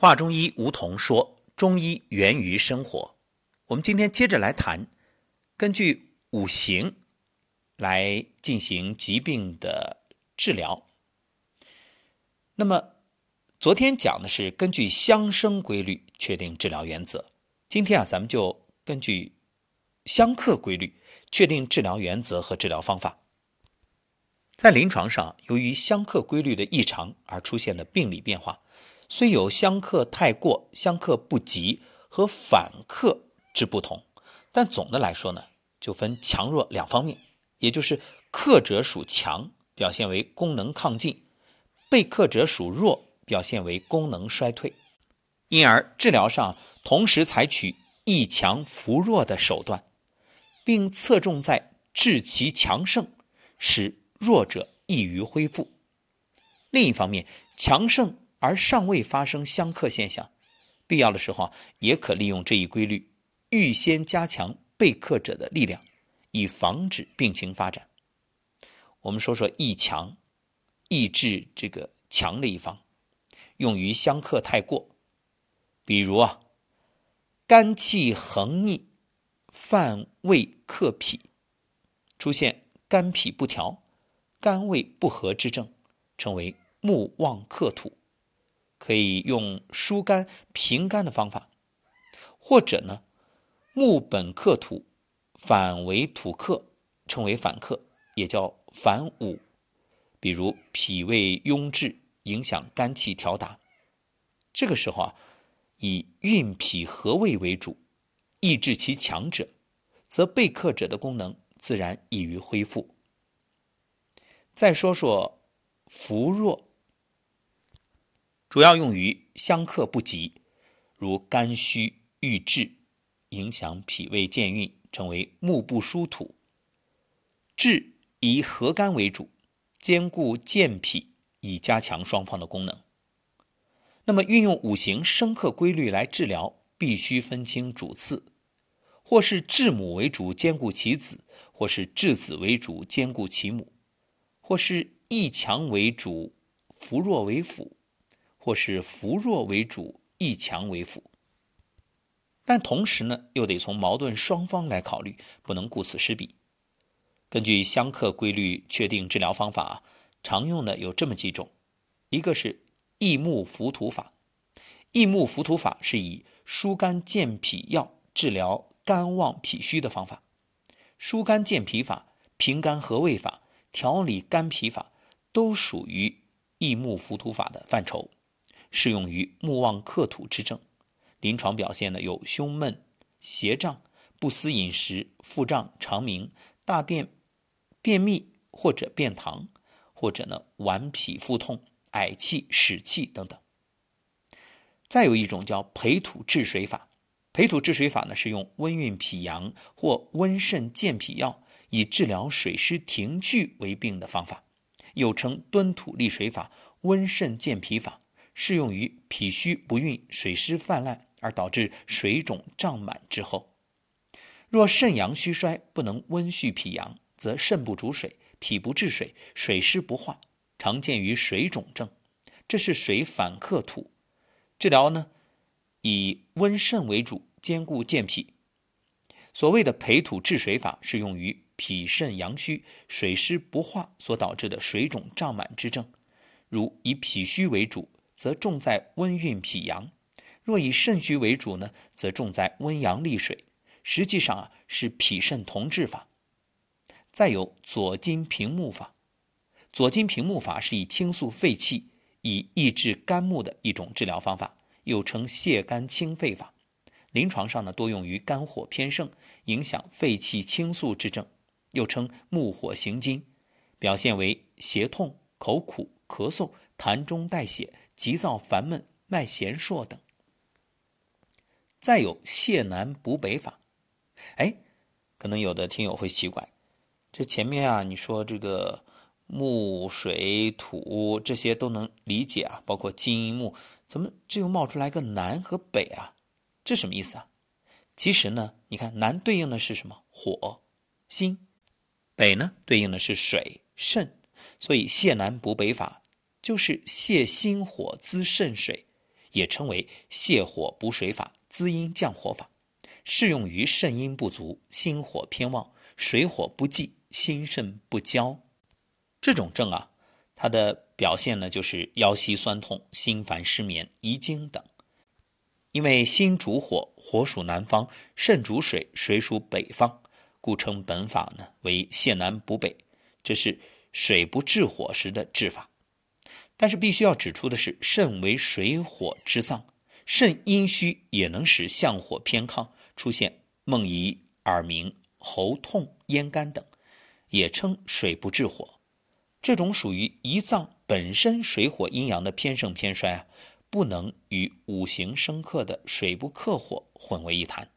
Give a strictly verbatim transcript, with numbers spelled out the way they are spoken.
华中医吴桐说，中医源于生活。我们今天接着来谈，根据五行来进行疾病的治疗。那么昨天讲的是根据相生规律确定治疗原则，今天啊，咱们就根据相克规律确定治疗原则和治疗方法。在临床上，由于相克规律的异常而出现的病理变化，虽有相克太过、相克不及和反克之不同，但总的来说呢，就分强弱两方面，也就是克者属强，表现为功能亢进；被克者属弱，表现为功能衰退。因而治疗上同时采取抑强扶弱的手段，并侧重在治其强盛，使弱者易于恢复。另一方面，强盛而尚未发生相克现象，必要的时候也可利用这一规律，预先加强被克者的力量，以防止病情发展。我们说说抑强，抑制这个强的一方，用于相克太过。比如啊，肝气横逆，犯胃克脾，出现肝脾不调、肝胃不和之症，称为木旺克土，可以用疏肝平肝的方法。或者呢，木本克土，反为土克，称为反克，也叫反侮。比如脾胃壅滞，影响肝气调达，这个时候啊，以运脾和胃为主，抑制其强者，则被克者的功能自然易于恢复。再说说扶弱，主要用于相克不及，如肝虚郁滞，影响脾胃健运，称为木不疏土。治以和肝为主，兼顾健脾，以加强双方的功能。那么运用五行生克规律来治疗，必须分清主次，或是治母为主，兼顾其子，或是治子为主，兼顾其母，或是抑强为主，扶弱为辅，或是扶弱为主，抑强为辅。但同时呢，又得从矛盾双方来考虑，不能顾此失彼。根据相克规律确定治疗方法，常用的有这么几种。一个是益木扶土法。益木扶土法是以疏肝健脾药治疗肝旺脾虚的方法。疏肝健脾法、平肝和胃法、调理肝脾法都属于益木扶土法的范畴，适用于木旺克土之症。临床表现呢有胸闷、胁胀、不思饮食、腹胀、肠鸣、大便便秘或者便溏，或者呢顽皮腹痛、嗳气、屎气等等。再有一种叫培土治水法。培土治水法呢是用温运脾阳或温肾健脾药，以治疗水湿停聚为病的方法，又称敦土利水法、温肾健脾法，适用于脾虚不运、水湿泛滥而导致水肿胀满之后。若肾阳虚衰，不能温煦脾阳，则肾不主水，脾不治水，水湿不化，常见于水肿症，这是水反克土。治疗呢，以温肾为主，兼顾健脾。所谓的培土治水法是用于脾肾阳虚、水湿不化所导致的水肿胀满之症。如以脾虚为主，则重在温运脾阳；若以肾虚为主呢，则重在温阳利水。实际上啊，是脾肾同治法。再有左金平木法。左金平木法是以清肃肺气，以抑制肝木的一种治疗方法，又称泻肝清肺法。临床上呢，多用于肝火偏盛，影响肺气清肃之症，又称木火行金，表现为胁痛、口苦、咳嗽、痰中带血、急躁烦闷、脉弦数等。再有泻南补北法。哎，可能有的听友会奇怪，这前面啊，你说这个木、水、土这些都能理解啊，包括金木，怎么这又冒出来个南和北啊？这什么意思啊？其实呢，你看南对应的是什么？火、心；北呢对应的是水、肾。所以泻南补北法就是泻心火滋肾水， 也称为泻火补水法、滋阴降火法，适用于肾阴不足、心火偏旺、水火不济、心肾不交。这种症啊，它的表现呢就是腰膝酸痛、心烦失眠、遗精等。因为心主火，火属南方，肾主水，水属北方，故称本法呢为泻南补北，这是水不治火时的治法。但是必须要指出的是，肾为水火之脏，肾阴虚也能使相火偏亢，出现梦遗、耳鸣、喉痛、咽干等，也称水不治火。这种属于一脏本身水火阴阳的偏盛偏衰啊，不能与五行生克的水不克火混为一谈。